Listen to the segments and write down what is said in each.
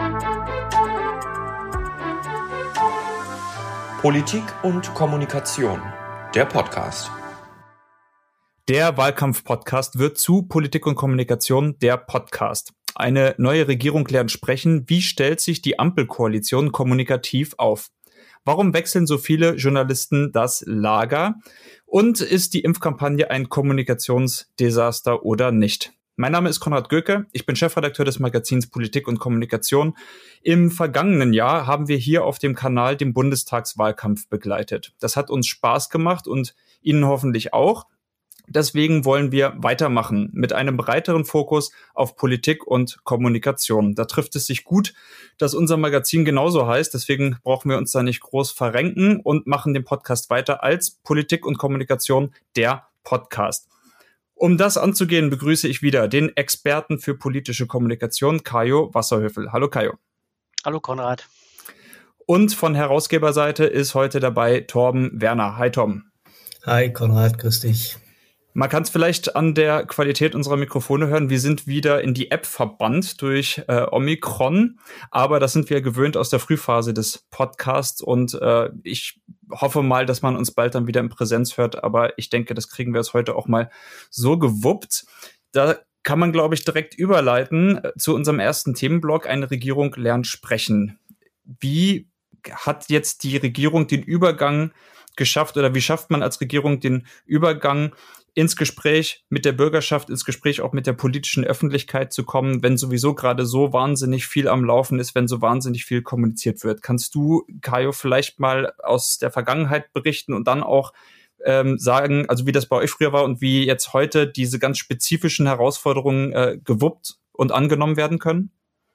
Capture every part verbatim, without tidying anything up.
Politik und Kommunikation, der Podcast. Der Wahlkampf-Podcast wird zu Politik und Kommunikation der Podcast. Eine neue Regierung lernt sprechen. Wie stellt sich die Ampelkoalition kommunikativ auf? Warum wechseln so viele Journalisten das Lager? Und ist die Impfkampagne ein Kommunikationsdesaster oder nicht? Mein Name ist Konrad Göke, ich bin Chefredakteur des Magazins Politik und Kommunikation. Im vergangenen Jahr haben wir hier auf dem Kanal den Bundestagswahlkampf begleitet. Das hat uns Spaß gemacht und Ihnen hoffentlich auch. Deswegen wollen wir weitermachen mit einem breiteren Fokus auf Politik und Kommunikation. Da trifft es sich gut, dass unser Magazin genauso heißt. Deswegen brauchen wir uns da nicht groß verrenken und machen den Podcast weiter als Politik und Kommunikation der Podcast. Um das anzugehen, begrüße ich wieder den Experten für politische Kommunikation, Kajo Wasserhöfel. Hallo Kajo. Hallo Konrad. Und von Herausgeberseite ist heute dabei Torben Werner. Hi Torben. Hi Konrad, grüß dich. Man kann es vielleicht an der Qualität unserer Mikrofone hören. Wir sind wieder in die App verbannt durch äh, Omikron, aber das sind wir gewöhnt aus der Frühphase des Podcasts und äh, ich hoffe mal, dass man uns bald dann wieder in Präsenz hört, aber ich denke, das kriegen wir jetzt heute auch mal so gewuppt. Da kann man, glaube ich, direkt überleiten zu unserem ersten Themenblock. Eine Regierung lernt sprechen. Wie hat jetzt die Regierung den Übergang geschafft oder wie schafft man als Regierung den Übergang ins Gespräch mit der Bürgerschaft, ins Gespräch auch mit der politischen Öffentlichkeit zu kommen, wenn sowieso gerade so wahnsinnig viel am Laufen ist, wenn so wahnsinnig viel kommuniziert wird? Kannst du, Kajo, vielleicht mal aus der Vergangenheit berichten und dann auch ähm, sagen, also wie das bei euch früher war und wie jetzt heute diese ganz spezifischen Herausforderungen äh, gewuppt und angenommen werden können?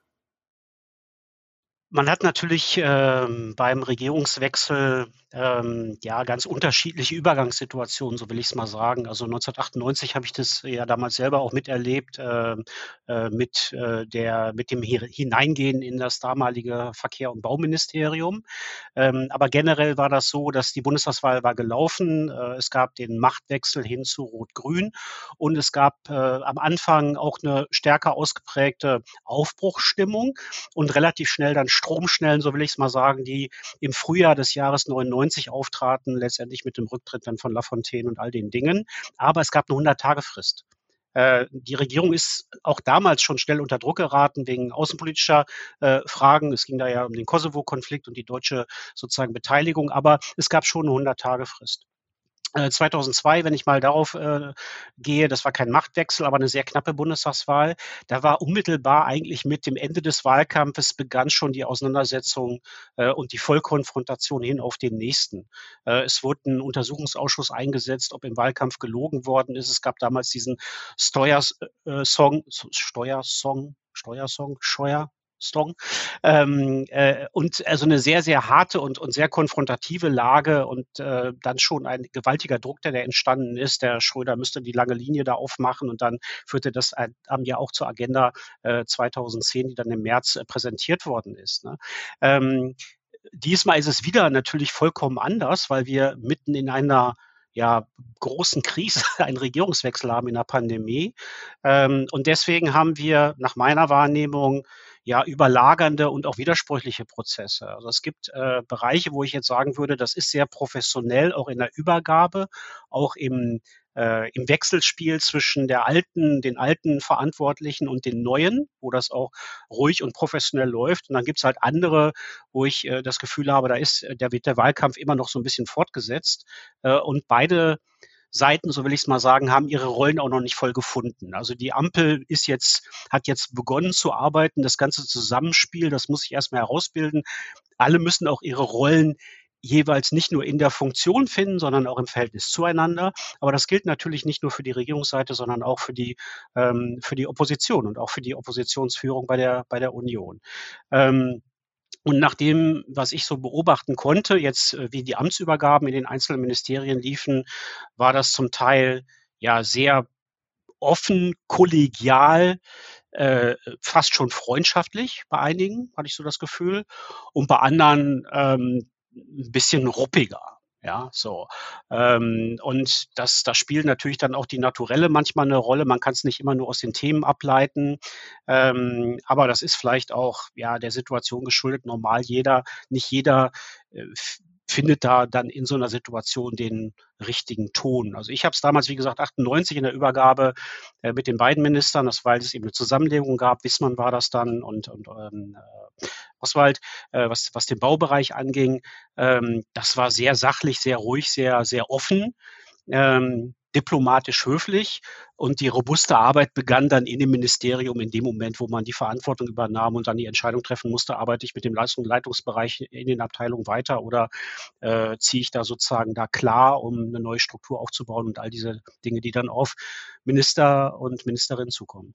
Man hat natürlich ähm, beim Regierungswechsel ähm, ja ganz unterschiedliche Übergangssituationen, so will ich es mal sagen. Also neunzehnhundertachtundneunzig habe ich das ja damals selber auch miterlebt, äh, äh, mit, äh, der, mit dem Hineingehen in das damalige Verkehr- und Bauministerium. Ähm, aber generell war das so, dass die Bundestagswahl war gelaufen. Äh, es gab den Machtwechsel hin zu Rot-Grün und es gab äh, am Anfang auch eine stärker ausgeprägte Aufbruchsstimmung und relativ schnell dann Stromschnellen, so will ich es mal sagen, die im Frühjahr des Jahres neunundneunzig auftraten, letztendlich mit dem Rücktritt dann von Lafontaine und all den Dingen. Aber es gab eine hundert-Tage-Frist. Äh, die Regierung ist auch damals schon schnell unter Druck geraten wegen außenpolitischer äh, Fragen. Es ging da ja um den Kosovo-Konflikt und die deutsche sozusagen Beteiligung, aber es gab schon eine hundert-Tage-Frist. zweitausendzwei, wenn ich mal darauf äh, gehe, das war kein Machtwechsel, aber eine sehr knappe Bundestagswahl. Da war unmittelbar eigentlich mit dem Ende des Wahlkampfes begann schon die Auseinandersetzung äh, und die Vollkonfrontation hin auf den nächsten. Äh, es wurde ein Untersuchungsausschuss eingesetzt, ob im Wahlkampf gelogen worden ist. Es gab damals diesen Steuersong, Steuersong, Steuersong, Steuer. Song. Ähm, äh, und also eine sehr, sehr harte und, und sehr konfrontative Lage und äh, dann schon ein gewaltiger Druck, der, der entstanden ist. Der Schröder müsste die lange Linie da aufmachen und dann führte das ein, haben ja auch zur Agenda äh, zweitausendzehn, die dann im März äh, präsentiert worden ist. Ne? Ähm, diesmal ist es wieder natürlich vollkommen anders, weil wir mitten in einer ja, großen Krise, einen Regierungswechsel haben in der Pandemie. Ähm, und deswegen haben wir nach meiner Wahrnehmung ja überlagernde und auch widersprüchliche Prozesse. Also es gibt äh, Bereiche, wo ich jetzt sagen würde, das ist sehr professionell, auch in der Übergabe, auch im äh, im Wechselspiel zwischen der alten, den alten Verantwortlichen und den neuen, wo das auch ruhig und professionell läuft. Und dann gibt es halt andere, wo ich äh, das Gefühl habe, da ist, da wird der Wahlkampf immer noch so ein bisschen fortgesetzt. Äh, und beide Seiten, so will ich es mal sagen, haben ihre Rollen auch noch nicht voll gefunden. Also die Ampel ist jetzt, hat jetzt begonnen zu arbeiten. Das ganze Zusammenspiel, das muss sich erstmal herausbilden. Alle müssen auch ihre Rollen jeweils nicht nur in der Funktion finden, sondern auch im Verhältnis zueinander. Aber das gilt natürlich nicht nur für die Regierungsseite, sondern auch für die, ähm, für die Opposition und auch für die Oppositionsführung bei der, bei der Union. Ähm, Und nach dem, was ich so beobachten konnte, jetzt äh, wie die Amtsübergaben in den einzelnen Ministerien liefen, war das zum Teil ja sehr offen, kollegial, äh, fast schon freundschaftlich bei einigen, hatte ich so das Gefühl, und bei anderen ähm, ein bisschen ruppiger. Ja, so. Ähm, und das, das spielt natürlich dann auch die Naturelle manchmal eine Rolle. Man kann es nicht immer nur aus den Themen ableiten. Ähm, aber das ist vielleicht auch ja der Situation geschuldet. Normal jeder, nicht jeder äh, f- findet da dann in so einer Situation den richtigen Ton. Also ich habe es damals, wie gesagt, achtundneunzig in der Übergabe äh, mit den beiden Ministern, das weil es eben eine Zusammenlegung gab. Wissmann war das dann und, und ähm, äh, Oswald, äh, was, was den Baubereich anging. Ähm, das war sehr sachlich, sehr ruhig, sehr, sehr offen, ähm, diplomatisch höflich. Und die robuste Arbeit begann dann in dem Ministerium in dem Moment, wo man die Verantwortung übernahm und dann die Entscheidung treffen musste, arbeite ich mit dem Leistungs- und Leitungsbereich in den Abteilungen weiter oder äh, ziehe ich da sozusagen da klar, um eine neue Struktur aufzubauen und all diese Dinge, die dann auf Minister und Ministerinnen zukommen.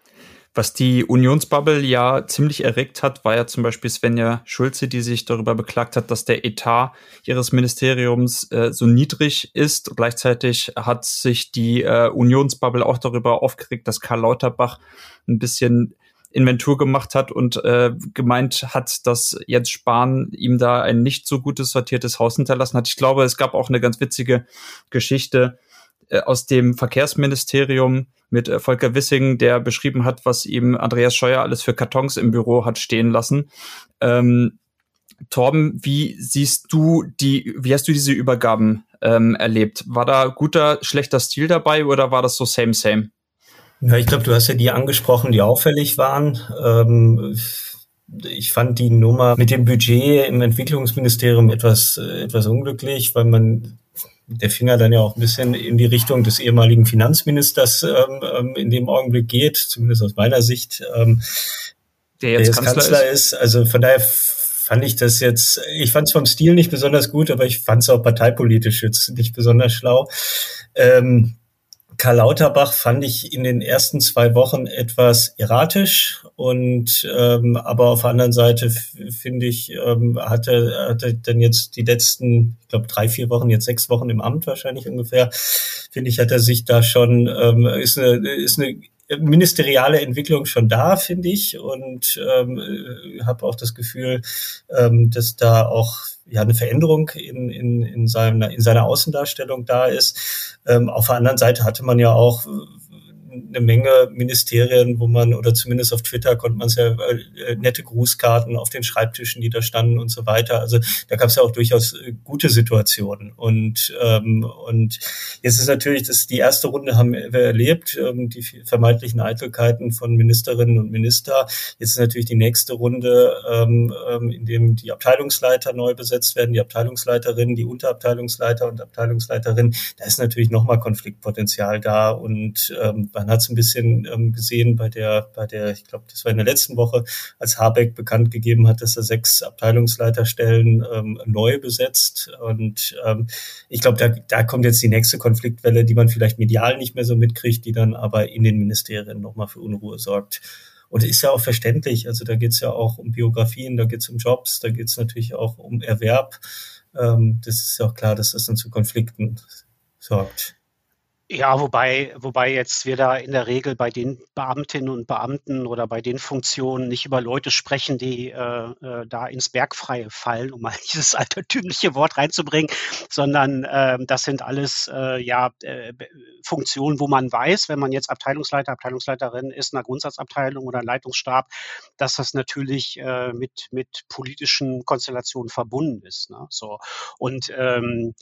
Was die Unionsbubble ja ziemlich erregt hat, war ja zum Beispiel Svenja Schulze, die sich darüber beklagt hat, dass der Etat ihres Ministeriums äh, so niedrig ist. Gleichzeitig hat sich die äh, Unionsbubble auch darüber aufgeregt, dass Karl Lauterbach ein bisschen Inventur gemacht hat und äh, gemeint hat, dass Jens Spahn ihm da ein nicht so gutes sortiertes Haus hinterlassen hat. Ich glaube, es gab auch eine ganz witzige Geschichte äh, aus dem Verkehrsministerium mit äh, Volker Wissing, der beschrieben hat, was ihm Andreas Scheuer alles für Kartons im Büro hat stehen lassen. Ähm, Torben, wie siehst du die, wie hast du diese Übergaben ähm, erlebt? War da guter, schlechter Stil dabei oder war das so same, same? Ja, ich glaube, du hast ja die angesprochen, die auffällig waren. Ähm, ich fand die Nummer mit dem Budget im Entwicklungsministerium etwas, äh, etwas unglücklich, weil man der Finger dann ja auch ein bisschen in die Richtung des ehemaligen Finanzministers ähm, in dem Augenblick geht, zumindest aus meiner Sicht, ähm, der jetzt, der jetzt Kanzler, Kanzler ist. ist. Also von daher fand ich das jetzt, ich fand es vom Stil nicht besonders gut, aber ich fand es auch parteipolitisch jetzt nicht besonders schlau. Ähm, Karl Lauterbach fand ich in den ersten zwei Wochen etwas erratisch und ähm, aber auf der anderen Seite f- finde ich, ähm, hatte hatte dann jetzt die letzten, ich glaube drei, vier Wochen, jetzt sechs Wochen im Amt wahrscheinlich ungefähr, finde ich, hat er sich da schon, ähm, ist eine, ist eine ministeriale Entwicklung schon da, finde ich, und ähm, habe auch das Gefühl, ähm, dass da auch ja eine Veränderung in in in seiner in seiner Außendarstellung da ist. Ähm, auf der anderen Seite hatte man ja auch eine Menge Ministerien, wo man, oder zumindest auf Twitter konnte man es ja äh, nette Grußkarten auf den Schreibtischen, die da standen und so weiter. Also da gab es ja auch durchaus äh, gute Situationen. Und ähm, und jetzt ist natürlich, das die erste Runde haben wir erlebt, ähm, die vermeintlichen Eitelkeiten von Ministerinnen und Minister. Jetzt ist natürlich die nächste Runde, ähm, ähm, in dem die Abteilungsleiter neu besetzt werden, die Abteilungsleiterinnen, die Unterabteilungsleiter und Abteilungsleiterinnen. Da ist natürlich nochmal Konfliktpotenzial da und ähm, man hat es ein bisschen ähm, gesehen bei der, bei der, ich glaube, das war in der letzten Woche, als Habeck bekannt gegeben hat, dass er sechs Abteilungsleiterstellen ähm, neu besetzt. Und ähm, ich glaube, da, da kommt jetzt die nächste Konfliktwelle, die man vielleicht medial nicht mehr so mitkriegt, die dann aber in den Ministerien nochmal für Unruhe sorgt. Und ist ja auch verständlich. Also da geht es ja auch um Biografien, da geht es um Jobs, da geht es natürlich auch um Erwerb. Ähm, das ist ja auch klar, dass das dann zu Konflikten sorgt. Ja, wobei, wobei jetzt wir da in der Regel bei den Beamtinnen und Beamten oder bei den Funktionen nicht über Leute sprechen, die äh, äh, da ins Bergfreie fallen, um mal dieses altertümliche Wort reinzubringen, sondern äh, das sind alles äh, ja äh, Funktionen, wo man weiß, wenn man jetzt Abteilungsleiter, Abteilungsleiterin ist, einer Grundsatzabteilung oder einem Leitungsstab, dass das natürlich äh, mit mit politischen Konstellationen verbunden ist. Ne? So und ähm,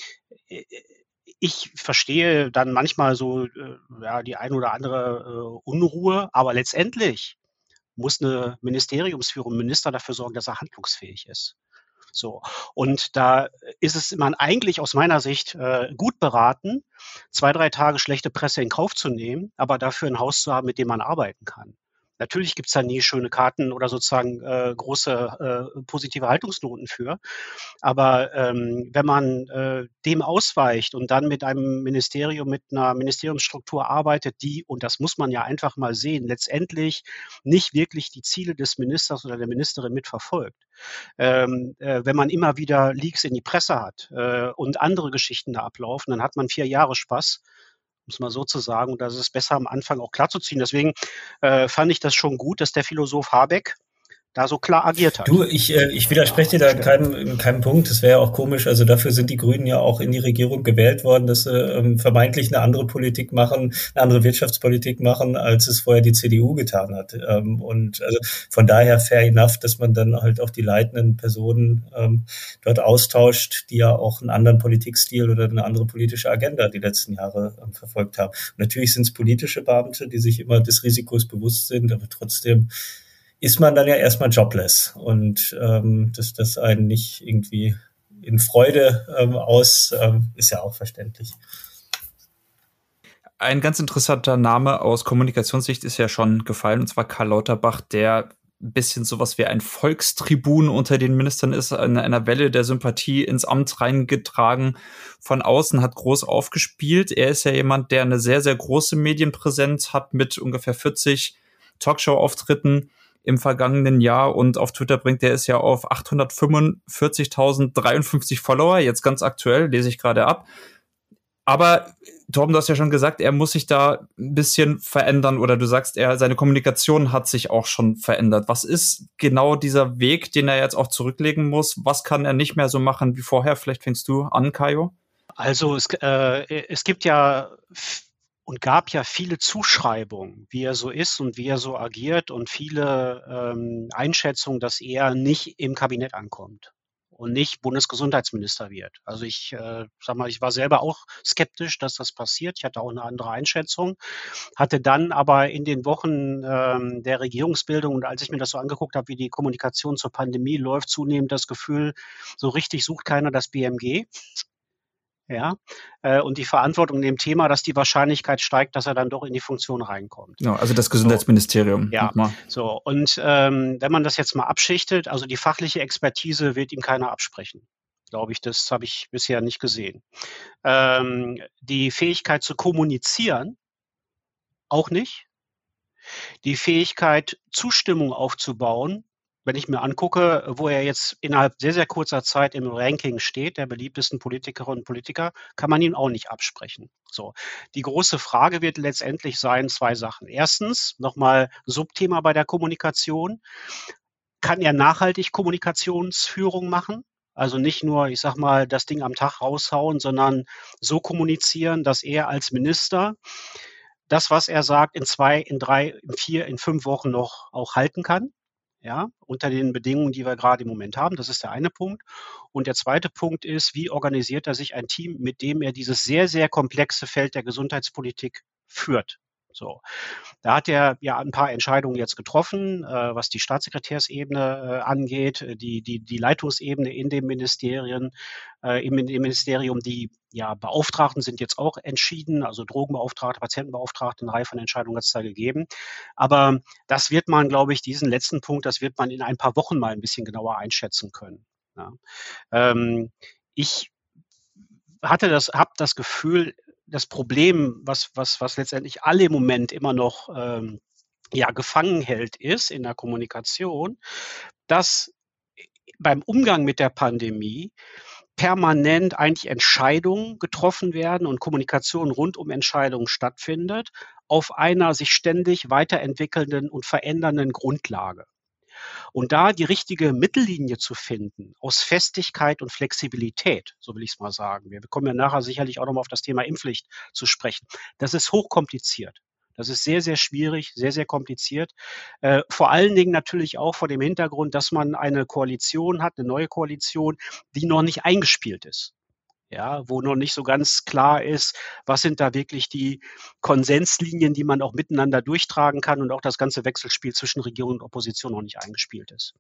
ich verstehe dann manchmal so äh, ja, die ein oder andere äh, Unruhe, aber letztendlich muss eine Ministeriumsführung, ein Minister dafür sorgen, dass er handlungsfähig ist. So. Und da ist es man eigentlich aus meiner Sicht äh, gut beraten, zwei, drei Tage schlechte Presse in Kauf zu nehmen, aber dafür ein Haus zu haben, mit dem man arbeiten kann. Natürlich gibt's da nie schöne Karten oder sozusagen äh, große äh, positive Haltungsnoten für. Aber ähm, wenn man äh, dem ausweicht und dann mit einem Ministerium, mit einer Ministeriumsstruktur arbeitet, die, und das muss man ja einfach mal sehen, letztendlich nicht wirklich die Ziele des Ministers oder der Ministerin mitverfolgt. Ähm, äh, wenn man immer wieder Leaks in die Presse hat äh, und andere Geschichten da ablaufen, dann hat man vier Jahre Spaß, um es mal so zu sagen. Und das ist besser am Anfang auch klarzuziehen. Deswegen äh, fand ich das schon gut, dass der Philosoph Habeck da so klar agiert hat. Du, ich, äh, ich widerspreche dir da in keinem, in keinem Punkt. Das wäre ja auch komisch. Also dafür sind die Grünen ja auch in die Regierung gewählt worden, dass sie ähm, vermeintlich eine andere Politik machen, eine andere Wirtschaftspolitik machen, als es vorher die C D U getan hat. Ähm, und also von daher fair enough, dass man dann halt auch die leitenden Personen ähm, dort austauscht, die ja auch einen anderen Politikstil oder eine andere politische Agenda die letzten Jahre ähm, verfolgt haben. Und natürlich sind es politische Beamte, die sich immer des Risikos bewusst sind, aber trotzdem ist man dann ja erstmal jobless und ähm, dass das einen nicht irgendwie in Freude ähm, aus, ähm, ist ja auch verständlich. Ein ganz interessanter Name aus Kommunikationssicht ist ja schon gefallen, und zwar Karl Lauterbach, der ein bisschen sowas wie ein Volkstribun unter den Ministern ist, in einer Welle der Sympathie ins Amt reingetragen. Von außen hat groß aufgespielt. Er ist ja jemand, der eine sehr, sehr große Medienpräsenz hat mit ungefähr vierzig Talkshow-Auftritten im vergangenen Jahr, und auf Twitter bringt er es ja auf achthundertfünfundvierzigtausenddreiundfünfzig Follower, jetzt ganz aktuell, lese ich gerade ab. Aber Torben, du hast ja schon gesagt, er muss sich da ein bisschen verändern, oder du sagst, er seine Kommunikation hat sich auch schon verändert. Was ist genau dieser Weg, den er jetzt auch zurücklegen muss? Was kann er nicht mehr so machen wie vorher? Vielleicht fängst du an, Kajo. Also es, äh, es gibt ja und gab ja viele Zuschreibungen, wie er so ist und wie er so agiert, und viele ähm, Einschätzungen, dass er nicht im Kabinett ankommt und nicht Bundesgesundheitsminister wird. Also ich äh, sag mal, ich war selber auch skeptisch, dass das passiert. Ich hatte auch eine andere Einschätzung, hatte dann aber in den Wochen ähm, der Regierungsbildung und als ich mir das so angeguckt habe, wie die Kommunikation zur Pandemie läuft, zunehmend das Gefühl, so richtig sucht keiner das B M G. Ja, äh, und die Verantwortung in dem Thema, dass die Wahrscheinlichkeit steigt, dass er dann doch in die Funktion reinkommt. Ja, also das Gesundheitsministerium. So, ja, so. Und ähm, wenn man das jetzt mal abschichtet, also die fachliche Expertise wird ihm keiner absprechen. Glaube ich, das habe ich bisher nicht gesehen. Ähm, die Fähigkeit zu kommunizieren auch nicht. Die Fähigkeit, Zustimmung aufzubauen, wenn ich mir angucke, wo er jetzt innerhalb sehr, sehr kurzer Zeit im Ranking steht, der beliebtesten Politikerinnen und Politiker, kann man ihn auch nicht absprechen. So. Die große Frage wird letztendlich sein, zwei Sachen. Erstens, nochmal Subthema bei der Kommunikation. Kann er nachhaltig Kommunikationsführung machen? Also nicht nur, ich sag mal, das Ding am Tag raushauen, sondern so kommunizieren, dass er als Minister das, was er sagt, in zwei, in drei, in vier, in fünf Wochen noch auch halten kann. Ja, unter den Bedingungen, die wir gerade im Moment haben. Das ist der eine Punkt. Und der zweite Punkt ist, wie organisiert er sich ein Team, mit dem er dieses sehr, sehr komplexe Feld der Gesundheitspolitik führt. So, da hat er ja ein paar Entscheidungen jetzt getroffen, äh, was die Staatssekretärsebene äh, angeht, die, die, die Leitungsebene in den Ministerien, äh, im, im Ministerium. Die ja, Beauftragten sind jetzt auch entschieden, also Drogenbeauftragte, Patientenbeauftragte, eine Reihe von Entscheidungen hat es da gegeben. Aber das wird man, glaube ich, diesen letzten Punkt, das wird man in ein paar Wochen mal ein bisschen genauer einschätzen können. Ja. Ähm, ich hatte das, habe das Gefühl, das Problem, was, was, was letztendlich alle im Moment immer noch ähm, ja, gefangen hält, ist in der Kommunikation, dass beim Umgang mit der Pandemie permanent eigentlich Entscheidungen getroffen werden und Kommunikation rund um Entscheidungen stattfindet, auf einer sich ständig weiterentwickelnden und verändernden Grundlage. Und da die richtige Mittellinie zu finden aus Festigkeit und Flexibilität, so will ich es mal sagen. Wir kommen ja nachher sicherlich auch nochmal auf das Thema Impfpflicht zu sprechen. Das ist hochkompliziert. Das ist sehr, sehr schwierig, sehr, sehr kompliziert. Äh, vor allen Dingen natürlich auch vor dem Hintergrund, dass man eine Koalition hat, eine neue Koalition, die noch nicht eingespielt ist. Ja, wo noch nicht so ganz klar ist, was sind da wirklich die Konsenslinien, die man auch miteinander durchtragen kann, und auch das ganze Wechselspiel zwischen Regierung und Opposition noch nicht eingespielt ist.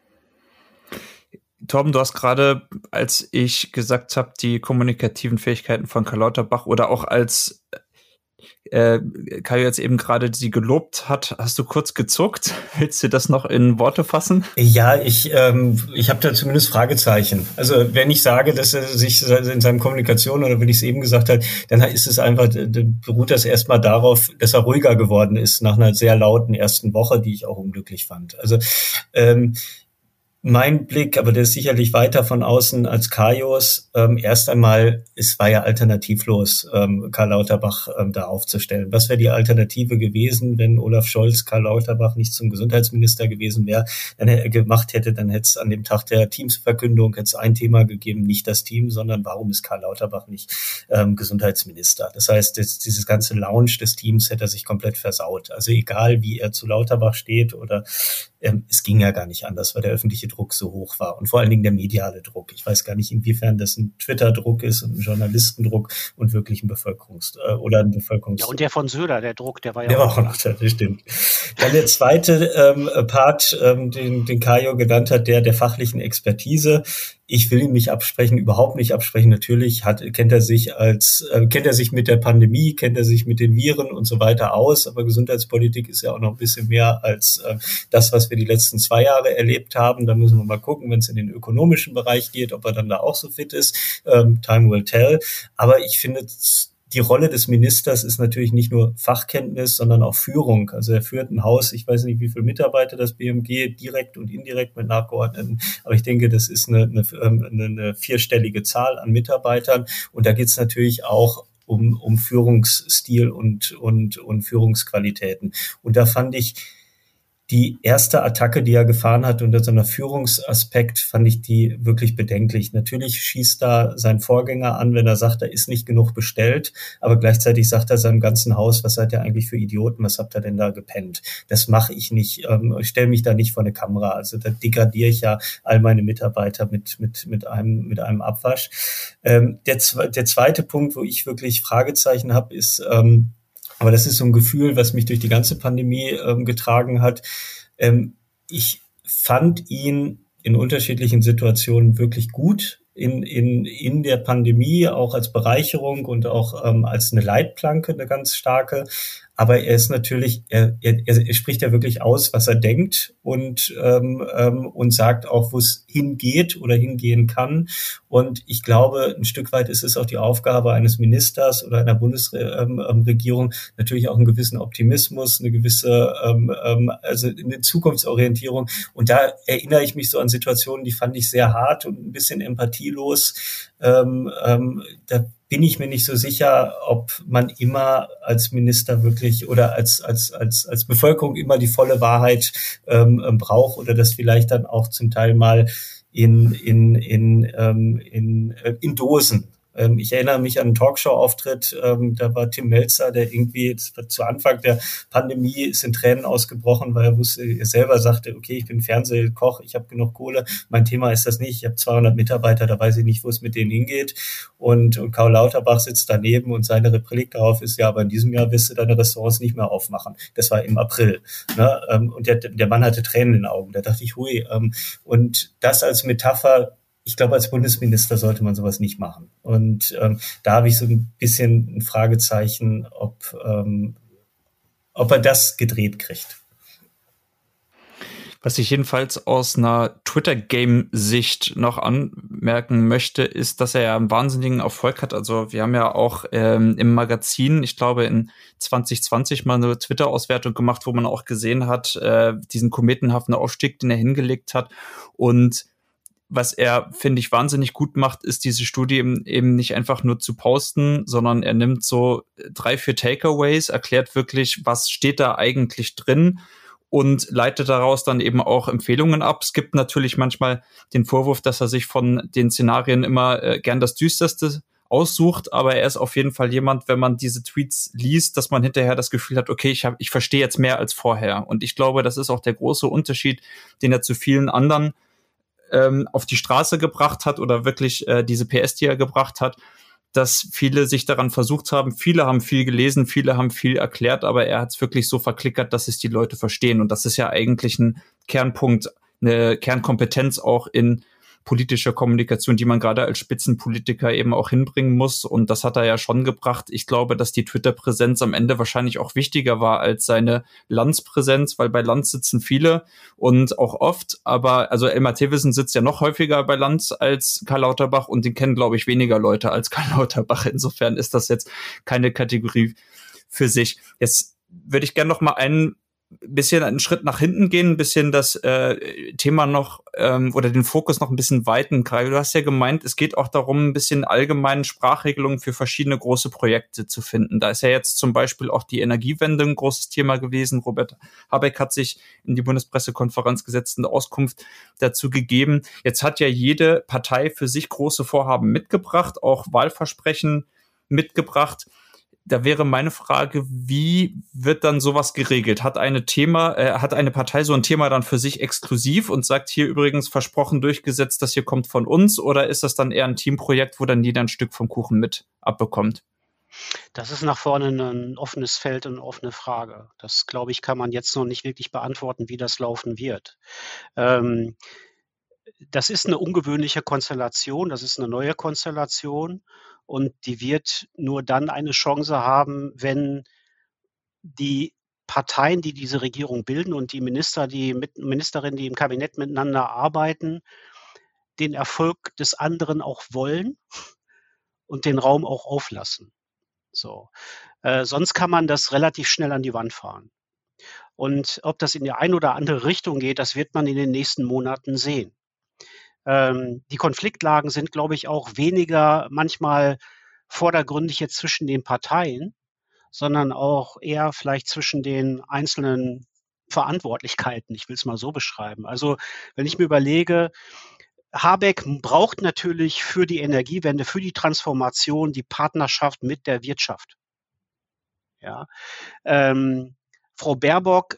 Torben, du hast gerade, als ich gesagt habe, die kommunikativen Fähigkeiten von Karl Lauterbach, oder auch als äh, Kajo jetzt eben gerade sie gelobt hat, hast du kurz gezuckt. Willst du das noch in Worte fassen? Ja, ich ähm, ich habe da zumindest Fragezeichen. Also wenn ich sage, dass er sich in seiner Kommunikation, oder wenn ich es eben gesagt habe, dann ist es einfach, beruht das erstmal darauf, dass er ruhiger geworden ist nach einer sehr lauten ersten Woche, die ich auch unglücklich fand. Also ähm, Mein Blick, aber der ist sicherlich weiter von außen als Kajos. Ähm, erst einmal, es war ja alternativlos, ähm, Karl Lauterbach ähm, da aufzustellen. Was wäre die Alternative gewesen, wenn Olaf Scholz Karl Lauterbach nicht zum Gesundheitsminister gewesen wäre, dann hätte er gemacht hätte, dann hätte es an dem Tag der Teamsverkündung hätte es ein Thema gegeben, nicht das Team, sondern warum ist Karl Lauterbach nicht ähm, Gesundheitsminister? Das heißt, das, dieses ganze Launch des Teams hätte er sich komplett versaut. Also egal, wie er zu Lauterbach steht oder ähm, es ging ja gar nicht anders, weil der öffentliche Druck so hoch war und vor allen Dingen der mediale Druck. Ich weiß gar nicht, inwiefern das ein Twitter-Druck ist und ein Journalistendruck und wirklich ein Bevölkerungs- äh, oder ein Bevölkerungs- Ja, und der von Söder, der Druck, der war ja der auch. war auch noch, das stimmt. Dann der zweite ähm, Part, ähm, den, den Kajo genannt hat, der der fachlichen Expertise. Ich will ihn nicht absprechen, überhaupt nicht absprechen. Natürlich hat, kennt er sich als, äh, kennt er sich mit der Pandemie, kennt er sich mit den Viren und so weiter aus. Aber Gesundheitspolitik ist ja auch noch ein bisschen mehr als äh, das, was wir die letzten zwei Jahre erlebt haben. Da müssen wir mal gucken, wenn es in den ökonomischen Bereich geht, ob er dann da auch so fit ist. Ähm, time will tell. Aber ich finde, die Rolle des Ministers ist natürlich nicht nur Fachkenntnis, sondern auch Führung. Also er führt ein Haus, ich weiß nicht, wie viele Mitarbeiter das B M G direkt und indirekt mit Nachgeordneten, aber ich denke, das ist eine, eine, eine vierstellige Zahl an Mitarbeitern. Und da geht es natürlich auch um, um Führungsstil und, und, und Führungsqualitäten. Und da fand ich die erste Attacke, die er gefahren hat unter so einer Führungsaspekt, fand ich die wirklich bedenklich. Natürlich schießt da sein Vorgänger an, wenn er sagt, da ist nicht genug bestellt, aber gleichzeitig sagt er seinem ganzen Haus, was seid ihr eigentlich für Idioten, was habt ihr denn da gepennt? Das mache ich nicht, ähm, ich stelle mich da nicht vor eine Kamera, also da degradiere ich ja all meine Mitarbeiter mit mit mit einem mit einem Abwasch. Ähm, der, der zweite Punkt, wo ich wirklich Fragezeichen habe, ist, ähm, aber das ist so ein Gefühl, was mich durch die ganze Pandemie ähm, getragen hat. Ähm, ich fand ihn in unterschiedlichen Situationen wirklich gut in in in der Pandemie, auch als Bereicherung und auch ähm, als eine Leitplanke, eine ganz starke. Aber er ist natürlich, er, er, er spricht ja wirklich aus, was er denkt und ähm, ähm, und sagt auch, wo es hingeht oder hingehen kann. Und ich glaube, ein Stück weit ist es auch die Aufgabe eines Ministers oder einer Bundesregierung, natürlich auch einen gewissen Optimismus, eine gewisse, ähm, ähm, also eine Zukunftsorientierung. Und da erinnere ich mich so an Situationen, die fand ich sehr hart und ein bisschen empathielos. Ähm, ähm, da bin ich mir nicht so sicher, ob man immer als Minister wirklich oder als als als als Bevölkerung immer die volle Wahrheit ähm, braucht oder das vielleicht dann auch zum Teil mal in in in ähm, in in Dosen. Ähm, ich erinnere mich an einen Talkshow-Auftritt, ähm, da war Tim Melzer, der irgendwie zu Anfang der Pandemie ist in Tränen ausgebrochen, weil er wusste, er selber sagte, okay, ich bin Fernsehkoch, ich habe genug Kohle, mein Thema ist das nicht, ich habe zweihundert Mitarbeiter, da weiß ich nicht, wo es mit denen hingeht. Und, und Karl Lauterbach sitzt daneben und seine Replik darauf ist, ja, aber in diesem Jahr wirst du deine Restaurants nicht mehr aufmachen. Das war im April. Ne? Und der, der Mann hatte Tränen in den Augen. Da dachte ich, hui. Und das als Metapher, ich glaube, als Bundesminister sollte man sowas nicht machen. Und ähm, da habe ich so ein bisschen ein Fragezeichen, ob, ähm, ob er das gedreht kriegt. Was ich jedenfalls aus einer Twitter-Game-Sicht noch anmerken möchte, ist, dass er ja einen wahnsinnigen Erfolg hat. Also wir haben ja auch ähm, im Magazin, ich glaube in zwanzig zwanzig mal eine Twitter-Auswertung gemacht, wo man auch gesehen hat, äh, diesen kometenhaften Aufstieg, den er hingelegt hat. Und was er, finde ich, wahnsinnig gut macht, ist diese Studie eben, eben nicht einfach nur zu posten, sondern er nimmt so drei, vier Takeaways, erklärt wirklich, was steht da eigentlich drin und leitet daraus dann eben auch Empfehlungen ab. Es gibt natürlich manchmal den Vorwurf, dass er sich von den Szenarien immer äh, gern das Düsterste aussucht, aber er ist auf jeden Fall jemand, wenn man diese Tweets liest, dass man hinterher das Gefühl hat, okay, ich, hab, ich verstehe jetzt mehr als vorher. Und ich glaube, das ist auch der große Unterschied, den er zu vielen anderen ähm, auf die Straße gebracht hat oder wirklich äh, diese P S, die er gebracht hat, dass viele sich daran versucht haben. Viele haben viel gelesen, viele haben viel erklärt, aber er hat es wirklich so verklickert, dass es die Leute verstehen. Und das ist ja eigentlich ein Kernpunkt, eine Kernkompetenz auch in politischer Kommunikation, die man gerade als Spitzenpolitiker eben auch hinbringen muss. Und das hat er ja schon gebracht. Ich glaube, dass die Twitter-Präsenz am Ende wahrscheinlich auch wichtiger war als seine Lanz-Präsenz, weil bei Lanz sitzen viele und auch oft. Aber also Elmar Thewissen sitzt ja noch häufiger bei Lanz als Karl Lauterbach und den kennen, glaube ich, weniger Leute als Karl Lauterbach. Insofern ist das jetzt keine Kategorie für sich. Jetzt würde ich gerne noch mal einen ein bisschen einen Schritt nach hinten gehen, ein bisschen das äh, Thema noch ähm, oder den Fokus noch ein bisschen weiten. Du hast ja gemeint, es geht auch darum, ein bisschen allgemeine Sprachregelungen für verschiedene große Projekte zu finden. Da ist ja jetzt zum Beispiel auch die Energiewende ein großes Thema gewesen. Robert Habeck hat sich in die Bundespressekonferenz gesetzt und eine Auskunft dazu gegeben. Jetzt hat ja jede Partei für sich große Vorhaben mitgebracht, auch Wahlversprechen mitgebracht. Da wäre meine Frage, wie wird dann sowas geregelt? Hat eine Thema, äh, hat eine Partei so ein Thema dann für sich exklusiv und sagt hier übrigens versprochen durchgesetzt, das hier kommt von uns, oder ist das dann eher ein Teamprojekt, wo dann jeder ein Stück vom Kuchen mit abbekommt? Das ist nach vorne ein offenes Feld und eine offene Frage. Das, glaube ich, kann man jetzt noch nicht wirklich beantworten, wie das laufen wird. Ähm, das ist eine ungewöhnliche Konstellation, das ist eine neue Konstellation. Und die wird nur dann eine Chance haben, wenn die Parteien, die diese Regierung bilden und die Minister, die mit Ministerinnen, die im Kabinett miteinander arbeiten, den Erfolg des anderen auch wollen und den Raum auch auflassen. So. Äh, sonst kann man das relativ schnell an die Wand fahren. Und ob das in die eine oder andere Richtung geht, das wird man in den nächsten Monaten sehen. Ähm, die Konfliktlagen sind, glaube ich, auch weniger manchmal vordergründig jetzt zwischen den Parteien, sondern auch eher vielleicht zwischen den einzelnen Verantwortlichkeiten. Ich will es mal so beschreiben. Also wenn ich mir überlege, Habeck braucht natürlich für die Energiewende, für die Transformation die Partnerschaft mit der Wirtschaft. Ja, ähm, Frau Baerbock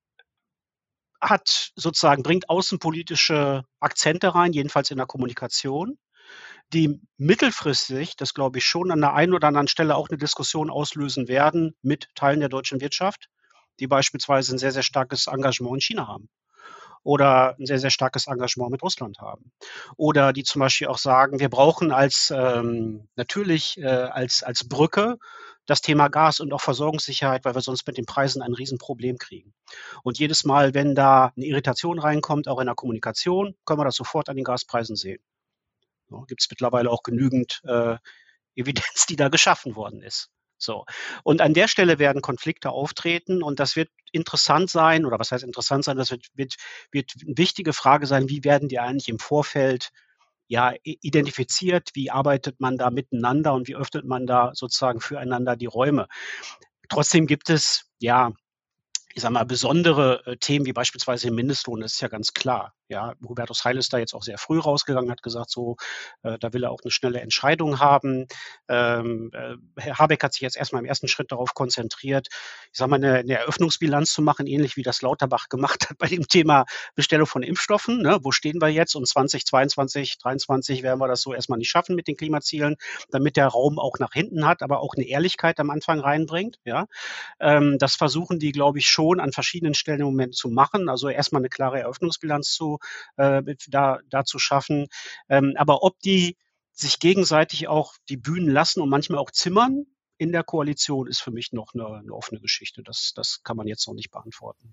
hat sozusagen, bringt außenpolitische Akzente rein, jedenfalls in der Kommunikation, die mittelfristig, das glaube ich schon, an der einen oder anderen Stelle auch eine Diskussion auslösen werden mit Teilen der deutschen Wirtschaft, die beispielsweise ein sehr, sehr starkes Engagement in China haben oder ein sehr, sehr starkes Engagement mit Russland haben. Oder die zum Beispiel auch sagen, wir brauchen als ähm, natürlich äh, als, als Brücke das Thema Gas und auch Versorgungssicherheit, weil wir sonst mit den Preisen ein Riesenproblem kriegen. Und jedes Mal, wenn da eine Irritation reinkommt, auch in der Kommunikation, können wir das sofort an den Gaspreisen sehen. So, gibt es mittlerweile auch genügend äh, Evidenz, die da geschaffen worden ist. So. Und an der Stelle werden Konflikte auftreten und das wird interessant sein, oder was heißt interessant sein, das wird, wird, wird eine wichtige Frage sein, wie werden die eigentlich im Vorfeld ja, identifiziert, wie arbeitet man da miteinander und wie öffnet man da sozusagen füreinander die Räume. Trotzdem gibt es, ja, ich sag mal, besondere äh, Themen wie beispielsweise den Mindestlohn, das ist ja ganz klar. Ja, Hubertus Heil ist da jetzt auch sehr früh rausgegangen, hat gesagt, so, äh, da will er auch eine schnelle Entscheidung haben. Ähm, äh, Herr Habeck hat sich jetzt erstmal im ersten Schritt darauf konzentriert, ich sag mal, eine, eine Eröffnungsbilanz zu machen, ähnlich wie das Lauterbach gemacht hat bei dem Thema Bestellung von Impfstoffen. Ne? Wo stehen wir jetzt? Und zwanzig zweiundzwanzig, dreiundzwanzig werden wir das so erstmal nicht schaffen mit den Klimazielen, damit der Raum auch nach hinten hat, aber auch eine Ehrlichkeit am Anfang reinbringt. Ja, ähm, das versuchen die, glaube ich, schon an verschiedenen Stellen im Moment zu machen. Also erstmal eine klare Eröffnungsbilanz zu Äh, da, da zu schaffen. Ähm, aber ob die sich gegenseitig auch die Bühnen lassen und manchmal auch zimmern in der Koalition, ist für mich noch eine, eine offene Geschichte. Das, das kann man jetzt noch nicht beantworten.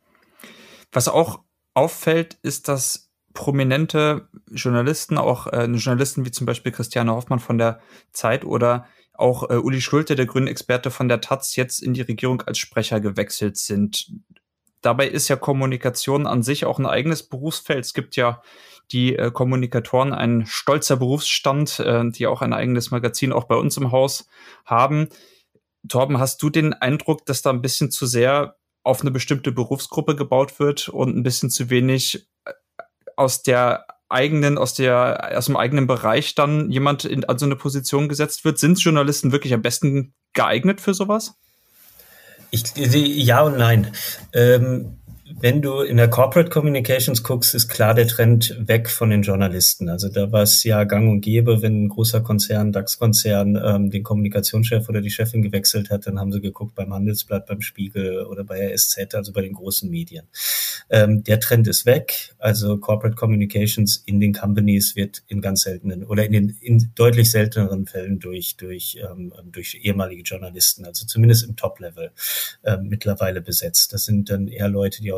Was auch auffällt, ist, dass prominente Journalisten, auch äh, Journalisten wie zum Beispiel Christiane Hoffmann von der Zeit oder auch äh, Uli Schulte, der Grünen-Experte von der Taz, jetzt in die Regierung als Sprecher gewechselt sind. Dabei ist ja Kommunikation an sich auch ein eigenes Berufsfeld. Es gibt ja die äh, Kommunikatoren, ein stolzer Berufsstand, äh, die auch ein eigenes Magazin auch bei uns im Haus haben. Torben, hast du den Eindruck, dass da ein bisschen zu sehr auf eine bestimmte Berufsgruppe gebaut wird und ein bisschen zu wenig aus der eigenen, aus der, aus dem eigenen Bereich dann jemand in an so eine Position gesetzt wird? Sind Journalisten wirklich am besten geeignet für sowas? Ich, ja und nein. Ähm, wenn du in der Corporate Communications guckst, ist klar der Trend weg von den Journalisten. Also da war es ja gang und gäbe, wenn ein großer Konzern, DAX-Konzern, ähm, den Kommunikationschef oder die Chefin gewechselt hat, dann haben sie geguckt beim Handelsblatt, beim Spiegel oder bei der S Z, also bei den großen Medien. Ähm, der Trend ist weg. Also Corporate Communications in den Companies wird in ganz seltenen oder in den in deutlich selteneren Fällen durch durch ähm, durch ehemalige Journalisten, also zumindest im Top-Level, äh, mittlerweile besetzt. Das sind dann eher Leute, die aus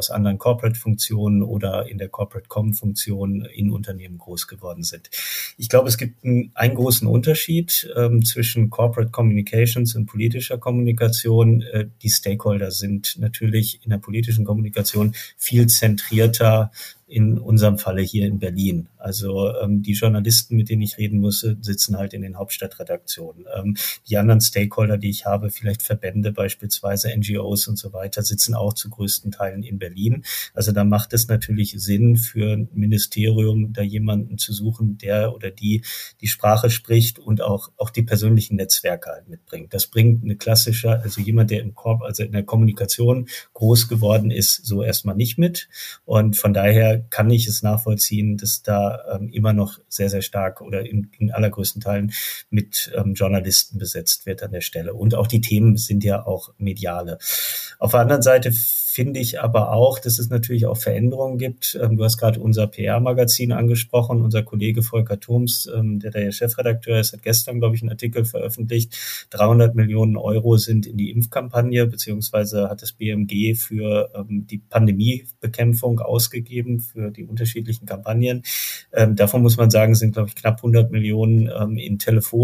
aus anderen Corporate-Funktionen oder in der Corporate-Com-Funktion in Unternehmen groß geworden sind. Ich glaube, es gibt einen, einen großen Unterschied ähm, zwischen Corporate Communications und politischer Kommunikation. Äh, die Stakeholder sind natürlich in der politischen Kommunikation viel zentrierter, in unserem Falle hier in Berlin. Also ähm, die Journalisten, mit denen ich reden muss, sitzen halt in den Hauptstadtredaktionen. Ähm, die anderen Stakeholder, die ich habe, vielleicht Verbände beispielsweise, N G Os und so weiter, sitzen auch zu größten Teilen in Berlin. Also da macht es natürlich Sinn für ein Ministerium, da jemanden zu suchen, der oder die die Sprache spricht und auch auch die persönlichen Netzwerke halt mitbringt. Das bringt eine klassische, also jemand, der im Korb, also in der Kommunikation groß geworden ist, so erstmal nicht mit. Und von daher kann ich es nachvollziehen, dass da ähm, immer noch sehr, sehr stark oder in, in allergrößten Teilen mit ähm, Journalisten besetzt wird an der Stelle. Und auch die Themen sind ja auch mediale. Auf der anderen Seite finde ich aber auch, dass es natürlich auch Veränderungen gibt. Ähm, du hast gerade unser P R-Magazin angesprochen. Unser Kollege Volker Thums, ähm, der da ja Chefredakteur ist, hat gestern, glaube ich, einen Artikel veröffentlicht. dreihundert Millionen Euro sind in die Impfkampagne, beziehungsweise hat das B M G für ähm, die Pandemiebekämpfung ausgegeben, für die unterschiedlichen Kampagnen. Ähm, davon muss man sagen, sind, glaube ich, knapp hundert Millionen ähm, in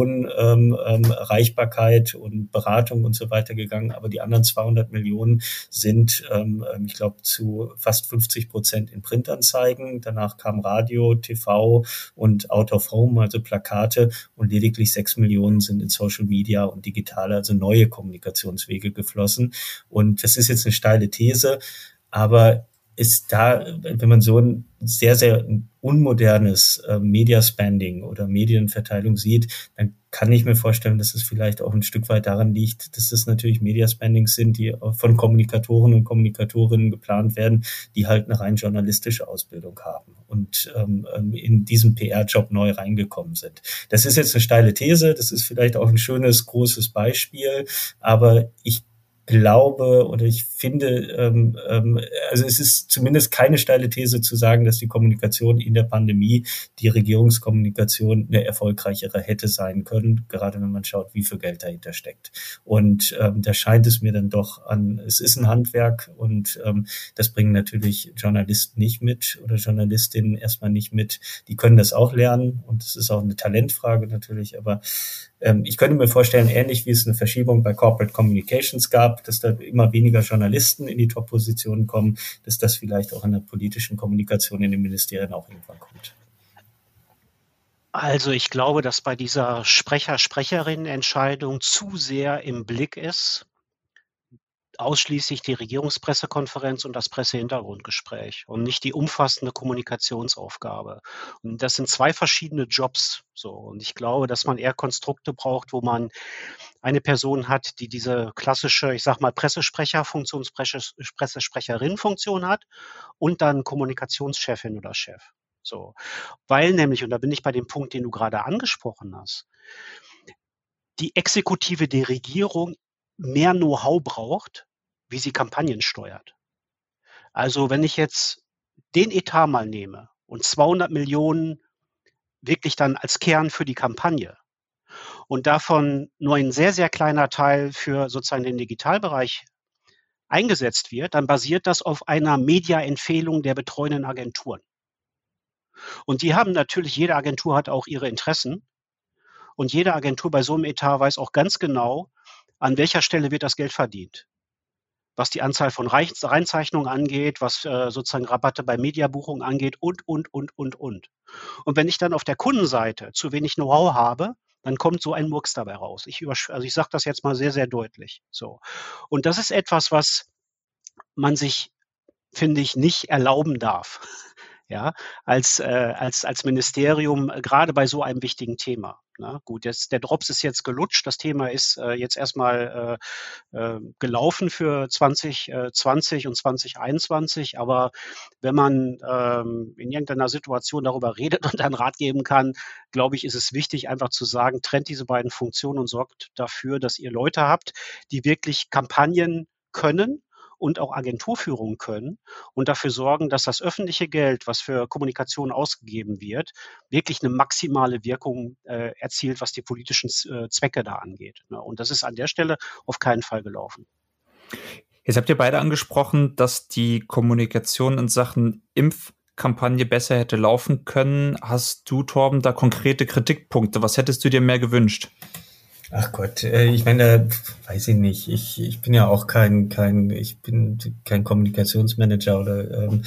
Telefonerreichbarkeit ähm, und Beratung und so weiter gegangen. Aber die anderen zweihundert Millionen sind, ähm, ich glaube, zu fast fünfzig Prozent in Printanzeigen. Danach kam Radio, T V und Out of Home, also Plakate. Und lediglich sechs Millionen sind in Social Media und digitale, also neue Kommunikationswege geflossen. Und das ist jetzt eine steile These, aber ist da, wenn man so ein sehr, sehr unmodernes äh, Media-Spending oder Medienverteilung sieht, dann kann ich mir vorstellen, dass es vielleicht auch ein Stück weit daran liegt, dass es natürlich Media-Spendings sind, die von Kommunikatoren und Kommunikatorinnen geplant werden, die halt eine rein journalistische Ausbildung haben und ähm, in diesen P R-Job neu reingekommen sind. Das ist jetzt eine steile These, das ist vielleicht auch ein schönes, großes Beispiel, aber ich glaube oder ich finde, ähm, ähm, also es ist zumindest keine steile These zu sagen, dass die Kommunikation in der Pandemie, die Regierungskommunikation eine erfolgreichere hätte sein können, gerade wenn man schaut, wie viel Geld dahinter steckt. Und ähm, da scheint es mir dann doch an, es ist ein Handwerk und ähm, das bringen natürlich Journalisten nicht mit oder Journalistinnen erstmal nicht mit. Die können das auch lernen und es ist auch eine Talentfrage natürlich, aber ähm, ich könnte mir vorstellen, ähnlich wie es eine Verschiebung bei Corporate Communications gab, dass da immer weniger Journalisten in die Top-Positionen kommen, dass das vielleicht auch in der politischen Kommunikation in den Ministerien auch irgendwann kommt. Also ich glaube, dass bei dieser Sprecher-Sprecherinnen-Entscheidung zu sehr im Blick ist, ausschließlich die Regierungspressekonferenz und das Pressehintergrundgespräch und nicht die umfassende Kommunikationsaufgabe. Und das sind zwei verschiedene Jobs. So. Und ich glaube, dass man eher Konstrukte braucht, wo man eine Person hat, die diese klassische, ich sag mal, Pressesprecher-Funktion, Pressesprecherin-Funktion hat und dann Kommunikationschefin oder Chef. So. Weil nämlich, und da bin ich bei dem Punkt, den du gerade angesprochen hast, die Exekutive der Regierung mehr Know-how braucht, wie sie Kampagnen steuert. Also wenn ich jetzt den Etat mal nehme und zweihundert Millionen wirklich dann als Kern für die Kampagne und davon nur ein sehr, sehr kleiner Teil für sozusagen den Digitalbereich eingesetzt wird, dann basiert das auf einer Media-Empfehlung der betreuenden Agenturen. Und die haben natürlich, jede Agentur hat auch ihre Interessen und jede Agentur bei so einem Etat weiß auch ganz genau, an welcher Stelle wird das Geld verdient. Was die Anzahl von Reinzeichnungen angeht, was äh, sozusagen Rabatte bei Mediabuchungen angeht und, und, und, und, und. Und wenn ich dann auf der Kundenseite zu wenig Know-how habe, dann kommt so ein Murks dabei raus. Ich übersch- also ich sage das jetzt mal sehr, sehr deutlich. So. Und das ist etwas, was man sich, finde ich, nicht erlauben darf. Ja, als, äh, als, als Ministerium, äh, gerade bei so einem wichtigen Thema. Na gut, jetzt, der Drops ist jetzt gelutscht, das Thema ist äh, jetzt erstmal äh, äh, gelaufen für zwanzig zwanzig und zwanzig einundzwanzig, aber wenn man ähm, in irgendeiner Situation darüber redet und einen Rat geben kann, glaube ich, ist es wichtig, einfach zu sagen, trennt diese beiden Funktionen und sorgt dafür, dass ihr Leute habt, die wirklich Kampagnen können und auch Agenturführung können und dafür sorgen, dass das öffentliche Geld, was für Kommunikation ausgegeben wird, wirklich eine maximale Wirkung äh, erzielt, was die politischen äh, Zwecke da angeht. Ne? Und das ist an der Stelle auf keinen Fall gelaufen. Jetzt habt ihr beide angesprochen, dass die Kommunikation in Sachen Impfkampagne besser hätte laufen können. Hast du, Torben, da konkrete Kritikpunkte? Was hättest du dir mehr gewünscht? Ach Gott, ich meine, weiß ich nicht. Ich, ich bin ja auch kein, kein, ich bin kein Kommunikationsmanager oder ähm,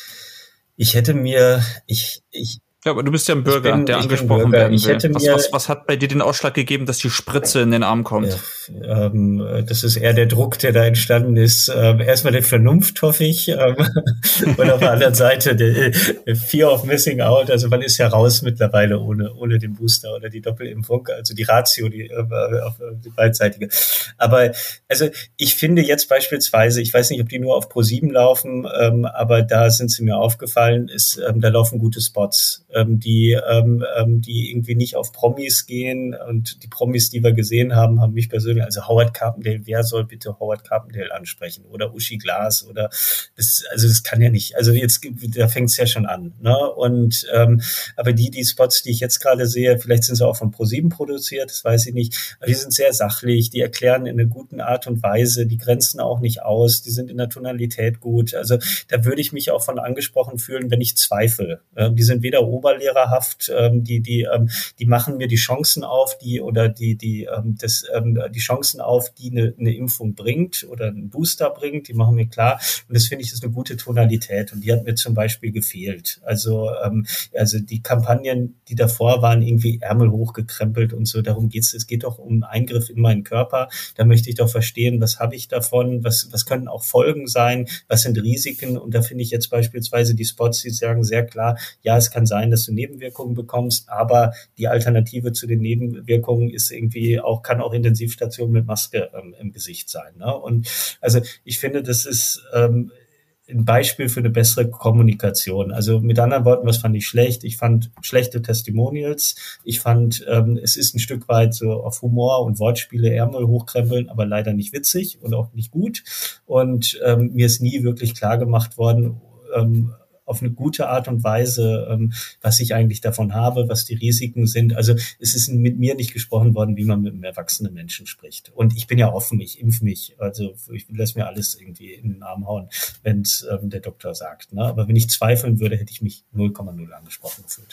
ich hätte mir, ich, ich Ja, aber du bist ja ein Bürger, bin, der angesprochen Bürger. werden will. Was, mir, was, was hat bei dir den Ausschlag gegeben, dass die Spritze in den Arm kommt? Ja, ähm, das ist eher der Druck, der da entstanden ist. Ähm, erstmal die Vernunft, hoffe ich. Ähm, und auf der anderen Seite der, der Fear of Missing Out. Also man ist ja raus mittlerweile ohne ohne den Booster oder die Doppelimpfung. Also die Ratio, die, äh, auf, die beidseitige. Aber also ich finde jetzt beispielsweise, ich weiß nicht, ob die nur auf Pro sieben laufen, ähm, aber da sind sie mir aufgefallen, ist, ähm, da laufen gute Spots. Ähm, die ähm, die irgendwie nicht auf Promis gehen und die Promis, die wir gesehen haben, haben mich persönlich, also Howard Carpendale, wer soll bitte Howard Carpendale ansprechen oder Uschi Glas oder das, also das kann ja nicht, also jetzt, da fängt es ja schon an, ne? Und ähm, aber die, die Spots, die ich jetzt gerade sehe, vielleicht sind sie auch von Pro sieben produziert, das weiß ich nicht, aber die sind sehr sachlich, die erklären in einer guten Art und Weise, die grenzen auch nicht aus, die sind in der Tonalität gut, also da würde ich mich auch von angesprochen fühlen, wenn ich zweifle. Ähm, die sind weder oberlehrerhaft, ähm, die die ähm, die machen mir die Chancen auf, die oder die die ähm, das ähm, die Chancen auf, die eine, eine Impfung bringt oder einen Booster bringt, die machen mir klar und das finde ich ist eine gute Tonalität und die hat mir zum Beispiel gefehlt. Also ähm, also die Kampagnen, die davor waren, irgendwie Ärmel hochgekrempelt und so, darum geht's. Es geht doch um Eingriff in meinen Körper. Da möchte ich doch verstehen, was habe ich davon, was was können auch Folgen sein, was sind Risiken und da finde ich jetzt beispielsweise die Spots, die sagen sehr klar, ja, es kann sein, dass du Nebenwirkungen bekommst, aber die Alternative zu den Nebenwirkungen ist irgendwie auch, kann auch Intensivstation mit Maske ähm, im Gesicht sein. Ne? Und also ich finde, das ist ähm, ein Beispiel für eine bessere Kommunikation. Also mit anderen Worten, was fand ich schlecht? Ich fand schlechte Testimonials. Ich fand, ähm, es ist ein Stück weit so auf Humor und Wortspiele Ärmel hochkrempeln, aber leider nicht witzig und auch nicht gut. Und ähm, mir ist nie wirklich klar gemacht worden, ähm, auf eine gute Art und Weise, ähm, was ich eigentlich davon habe, was die Risiken sind. Also es ist mit mir nicht gesprochen worden, wie man mit einem erwachsenen Menschen spricht. Und ich bin ja offen, ich impf mich. Also ich lasse mir alles irgendwie in den Arm hauen, wenn es ähm, der Doktor sagt. Ne? Aber wenn ich zweifeln würde, hätte ich mich null Komma null angesprochen gefühlt.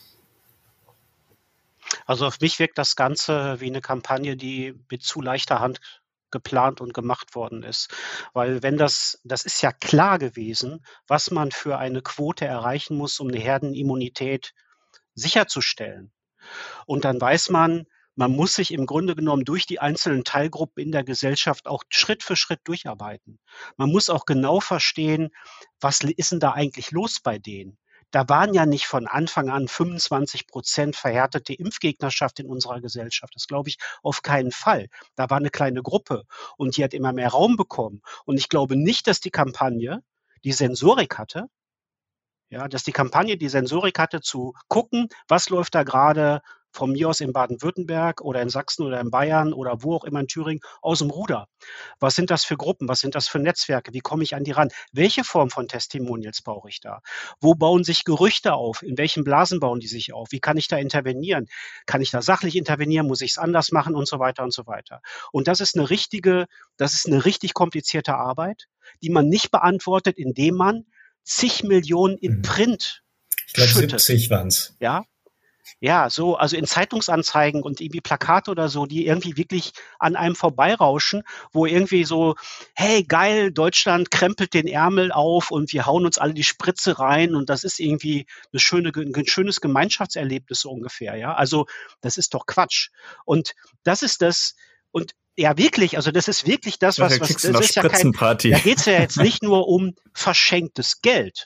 Also auf mich wirkt das Ganze wie eine Kampagne, die mit zu leichter Hand geplant und gemacht worden ist. Weil wenn das, das ist ja klar gewesen, was man für eine Quote erreichen muss, um eine Herdenimmunität sicherzustellen. Und dann weiß man, man muss sich im Grunde genommen durch die einzelnen Teilgruppen in der Gesellschaft auch Schritt für Schritt durcharbeiten. Man muss auch genau verstehen, was ist denn da eigentlich los bei denen? Da waren ja nicht von Anfang an fünfundzwanzig Prozent verhärtete Impfgegnerschaft in unserer Gesellschaft. Das glaube ich auf keinen Fall. Da war eine kleine Gruppe und die hat immer mehr Raum bekommen. Und ich glaube nicht, dass die Kampagne die Sensorik hatte, ja, dass die Kampagne die Sensorik hatte zu gucken, was läuft da gerade von mir aus in Baden-Württemberg oder in Sachsen oder in Bayern oder wo auch immer in Thüringen aus dem Ruder. Was sind das für Gruppen? Was sind das für Netzwerke? Wie komme ich an die ran? Welche Form von Testimonials brauche ich da? Wo bauen sich Gerüchte auf? In welchen Blasen bauen die sich auf? Wie kann ich da intervenieren? Kann ich da sachlich intervenieren? Muss ich es anders machen? Und so weiter und so weiter. Und das ist eine richtige, das ist eine richtig komplizierte Arbeit, die man nicht beantwortet, indem man zig Millionen in Print Ich glaube, siebzig waren es. Ja, Ja, so, also in Zeitungsanzeigen und irgendwie Plakate oder so, die irgendwie wirklich an einem vorbeirauschen, wo irgendwie so, hey, geil, Deutschland krempelt den Ärmel auf und wir hauen uns alle die Spritze rein und das ist irgendwie eine schöne, ein schönes Gemeinschaftserlebnis so ungefähr, ja. Also das ist doch Quatsch. Und das ist das, und ja, wirklich, also das ist wirklich das, was, was das ist ja kein, da geht's ja jetzt nicht nur um verschenktes Geld.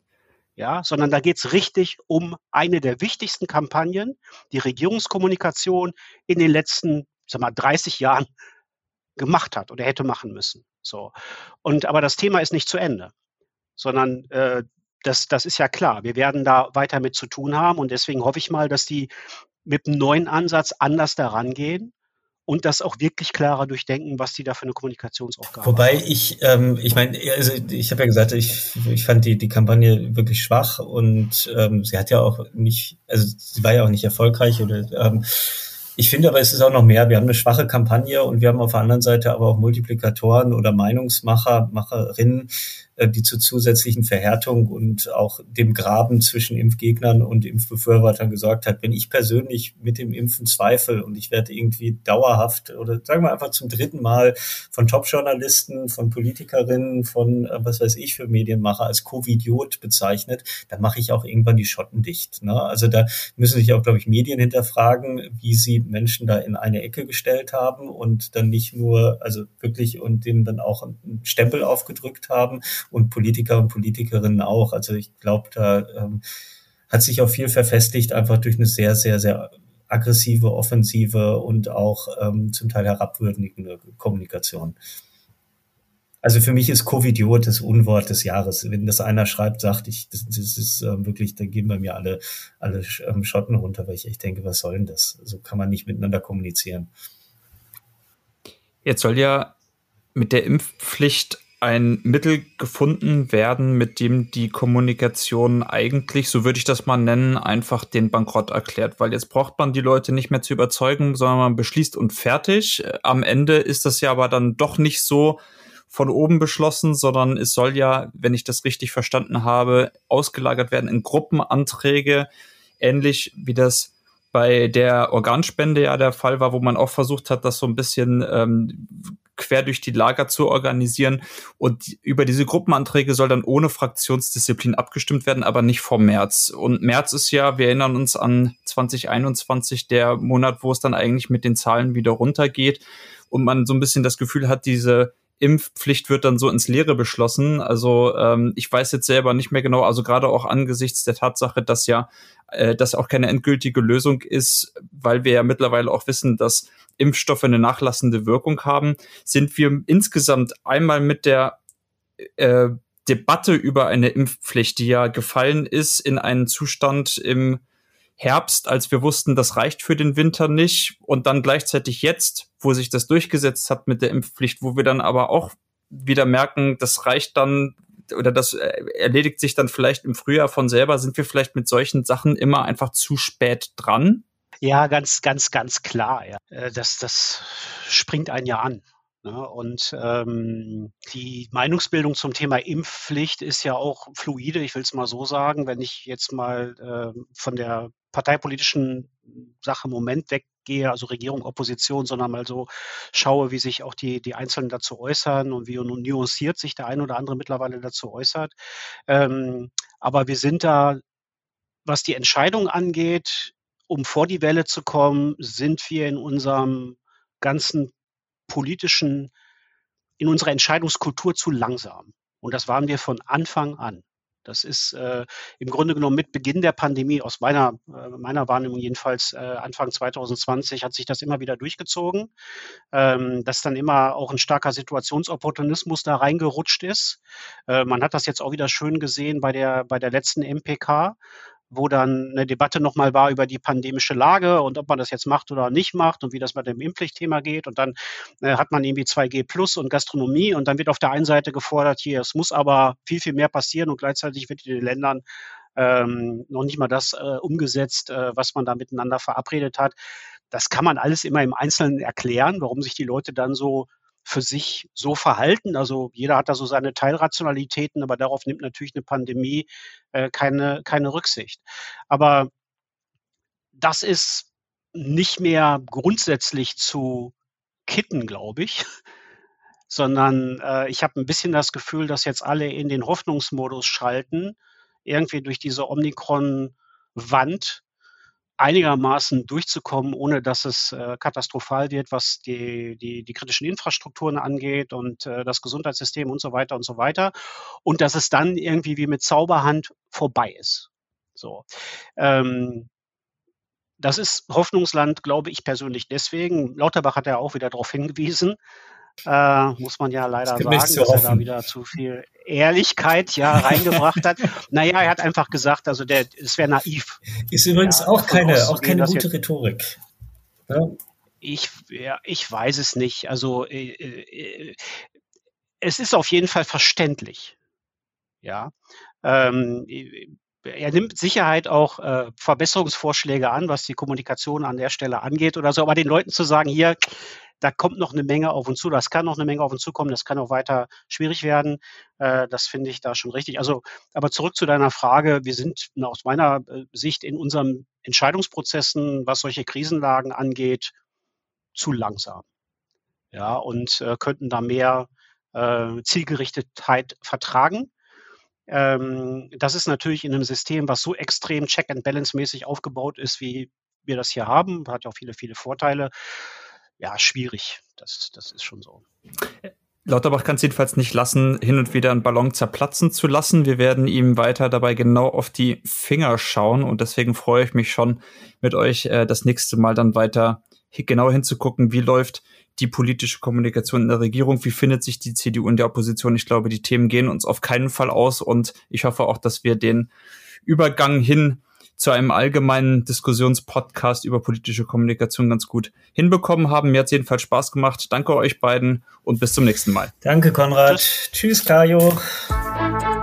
Ja, sondern da geht's richtig um eine der wichtigsten Kampagnen, die Regierungskommunikation in den letzten, sag mal, dreißig Jahren gemacht hat oder hätte machen müssen. So. Und aber das Thema ist nicht zu Ende, sondern äh, das, das ist ja klar. Wir werden da weiter mit zu tun haben und deswegen hoffe ich mal, dass die mit einem neuen Ansatz anders daran gehen. Und das auch wirklich klarer durchdenken, was die da für eine Kommunikationsaufgabe Wobei haben. ich, ähm, ich meine, also ich habe ja gesagt, ich, ich fand die die Kampagne wirklich schwach und ähm, sie hat ja auch nicht, also sie war ja auch nicht erfolgreich oder ähm, Ich finde aber, es ist auch noch mehr. Wir haben eine schwache Kampagne und wir haben auf der anderen Seite aber auch Multiplikatoren oder Meinungsmacher, Macherinnen, die zur zusätzlichen Verhärtung und auch dem Graben zwischen Impfgegnern und Impfbefürwortern gesorgt hat. Wenn ich persönlich mit dem Impfen zweifle und ich werde irgendwie dauerhaft oder sagen wir einfach zum dritten Mal von Top-Journalisten, von Politikerinnen, von was weiß ich für Medienmacher als Covidiot bezeichnet, dann mache ich auch irgendwann die Schotten dicht. Ne? Also da müssen sich auch, glaube ich, Medien hinterfragen, wie sie Menschen da in eine Ecke gestellt haben und dann nicht nur, also wirklich und denen dann auch einen Stempel aufgedrückt haben. Und Politiker und Politikerinnen auch. Also ich glaube, da ähm, hat sich auch viel verfestigt, einfach durch eine sehr, sehr, sehr aggressive, offensive und auch ähm, zum Teil herabwürdigende Kommunikation. Also für mich ist Covidiot das Unwort des Jahres. Wenn das einer schreibt, sagt ich, das, das ist äh, wirklich, da gehen bei mir alle, alle ähm, Schotten runter, weil ich echt denke, was soll denn das? So kann man nicht miteinander kommunizieren. Jetzt soll ja mit der Impfpflicht ein Mittel gefunden werden, mit dem die Kommunikation eigentlich, so würde ich das mal nennen, einfach den Bankrott erklärt. Weil jetzt braucht man die Leute nicht mehr zu überzeugen, sondern man beschließt und fertig. Am Ende ist das ja aber dann doch nicht so von oben beschlossen, sondern es soll ja, wenn ich das richtig verstanden habe, ausgelagert werden in Gruppenanträge, ähnlich wie das bei der Organspende ja der Fall war, wo man auch versucht hat, das so ein bisschen ähm, quer durch die Lager zu organisieren. Und über diese Gruppenanträge soll dann ohne Fraktionsdisziplin abgestimmt werden, aber nicht vor März. Und März ist ja, wir erinnern uns an zwanzig einundzwanzig, der Monat, wo es dann eigentlich mit den Zahlen wieder runtergeht und man so ein bisschen das Gefühl hat, diese Impfpflicht wird dann so ins Leere beschlossen. Also ähm, ich weiß jetzt selber nicht mehr genau, also gerade auch angesichts der Tatsache, dass ja äh, das auch keine endgültige Lösung ist, weil wir ja mittlerweile auch wissen, dass Impfstoffe eine nachlassende Wirkung haben, sind wir insgesamt einmal mit der äh, Debatte über eine Impfpflicht, die ja gefallen ist, in einen Zustand im Herbst, als wir wussten, das reicht für den Winter nicht, und dann gleichzeitig jetzt, wo sich das durchgesetzt hat mit der Impfpflicht, wo wir dann aber auch wieder merken, das reicht dann oder das erledigt sich dann vielleicht im Frühjahr von selber, sind wir vielleicht mit solchen Sachen immer einfach zu spät dran? Ja, ganz, ganz, ganz klar. Ja. Das, das springt ein Jahr an. Ne? Und ähm, die Meinungsbildung zum Thema Impfpflicht ist ja auch fluide, ich will es mal so sagen. Wenn ich jetzt mal äh, von der parteipolitischen Sache im Moment weggehe, also Regierung, Opposition, sondern mal so schaue, wie sich auch die, die Einzelnen dazu äußern und wie nuanciert sich der ein oder andere mittlerweile dazu äußert. Ähm, aber wir sind da, was die Entscheidung angeht, um vor die Welle zu kommen, sind wir in unserem ganzen politischen, in unserer Entscheidungskultur zu langsam. Und das waren wir von Anfang an. Das ist äh, im Grunde genommen mit Beginn der Pandemie, aus meiner, äh, meiner Wahrnehmung jedenfalls, äh, Anfang zwanzig zwanzig hat sich das immer wieder durchgezogen, ähm, dass dann immer auch ein starker Situationsopportunismus da reingerutscht ist. Äh, man hat das jetzt auch wieder schön gesehen bei der, bei der letzten M P K, wo dann eine Debatte nochmal war über die pandemische Lage und ob man das jetzt macht oder nicht macht und wie das bei dem Impfpflichtthema geht. Und dann äh, hat man irgendwie zwei G plus und Gastronomie und dann wird auf der einen Seite gefordert, hier, es muss aber viel, viel mehr passieren und gleichzeitig wird in den Ländern ähm, noch nicht mal das äh, umgesetzt, äh, was man da miteinander verabredet hat. Das kann man alles immer im Einzelnen erklären, warum sich die Leute dann so für sich so verhalten. Also jeder hat da so seine Teilrationalitäten, aber darauf nimmt natürlich eine Pandemie äh, keine, keine Rücksicht. Aber das ist nicht mehr grundsätzlich zu kitten, glaube ich, sondern äh, ich habe ein bisschen das Gefühl, dass jetzt alle in den Hoffnungsmodus schalten, irgendwie durch diese Omikron-Wand einigermaßen durchzukommen, ohne dass es äh, katastrophal wird, was die, die, die kritischen Infrastrukturen angeht und äh, das Gesundheitssystem und so weiter und so weiter. Und dass es dann irgendwie wie mit Zauberhand vorbei ist. So. Ähm, das ist Hoffnungsland, glaube ich persönlich deswegen. Lauterbach hat ja auch wieder darauf hingewiesen, äh, muss man ja leider sagen, dass er da wieder zu viel Ehrlichkeit ja reingebracht hat. Naja, er hat einfach gesagt, also der, es wäre naiv. Ist übrigens ja, auch keine, auch keine gute jetzt, Rhetorik. Ja. Ich, ja, ich weiß es nicht. Also äh, äh, es ist auf jeden Fall verständlich. Ja. Ähm, er nimmt mit Sicherheit auch äh, Verbesserungsvorschläge an, was die Kommunikation an der Stelle angeht oder so. Aber den Leuten zu sagen, hier, da kommt noch eine Menge auf uns zu, das kann noch eine Menge auf uns zukommen, das kann auch weiter schwierig werden, äh, das finde ich da schon richtig. Also, aber zurück zu deiner Frage, wir sind na, aus meiner äh, Sicht in unseren Entscheidungsprozessen, was solche Krisenlagen angeht, zu langsam. Ja, und äh, könnten da mehr äh, Zielgerichtetheit vertragen. Ähm, das ist natürlich in einem System, was so extrem Check-and-Balance-mäßig aufgebaut ist, wie wir das hier haben, hat ja auch viele, viele Vorteile. Ja, schwierig. Das, das ist schon so. Lauterbach kann es jedenfalls nicht lassen, hin und wieder einen Ballon zerplatzen zu lassen. Wir werden ihm weiter dabei genau auf die Finger schauen und deswegen freue ich mich schon, mit euch äh, das nächste Mal dann weiter genau hinzugucken, wie läuft die politische Kommunikation in der Regierung, wie findet sich die C D U in der Opposition. Ich glaube, die Themen gehen uns auf keinen Fall aus und ich hoffe auch, dass wir den Übergang hin zu einem allgemeinen Diskussionspodcast über politische Kommunikation ganz gut hinbekommen haben. Mir hat es jedenfalls Spaß gemacht. Danke euch beiden und bis zum nächsten Mal. Danke, Konrad. Tschüss, Tschüss Kajo.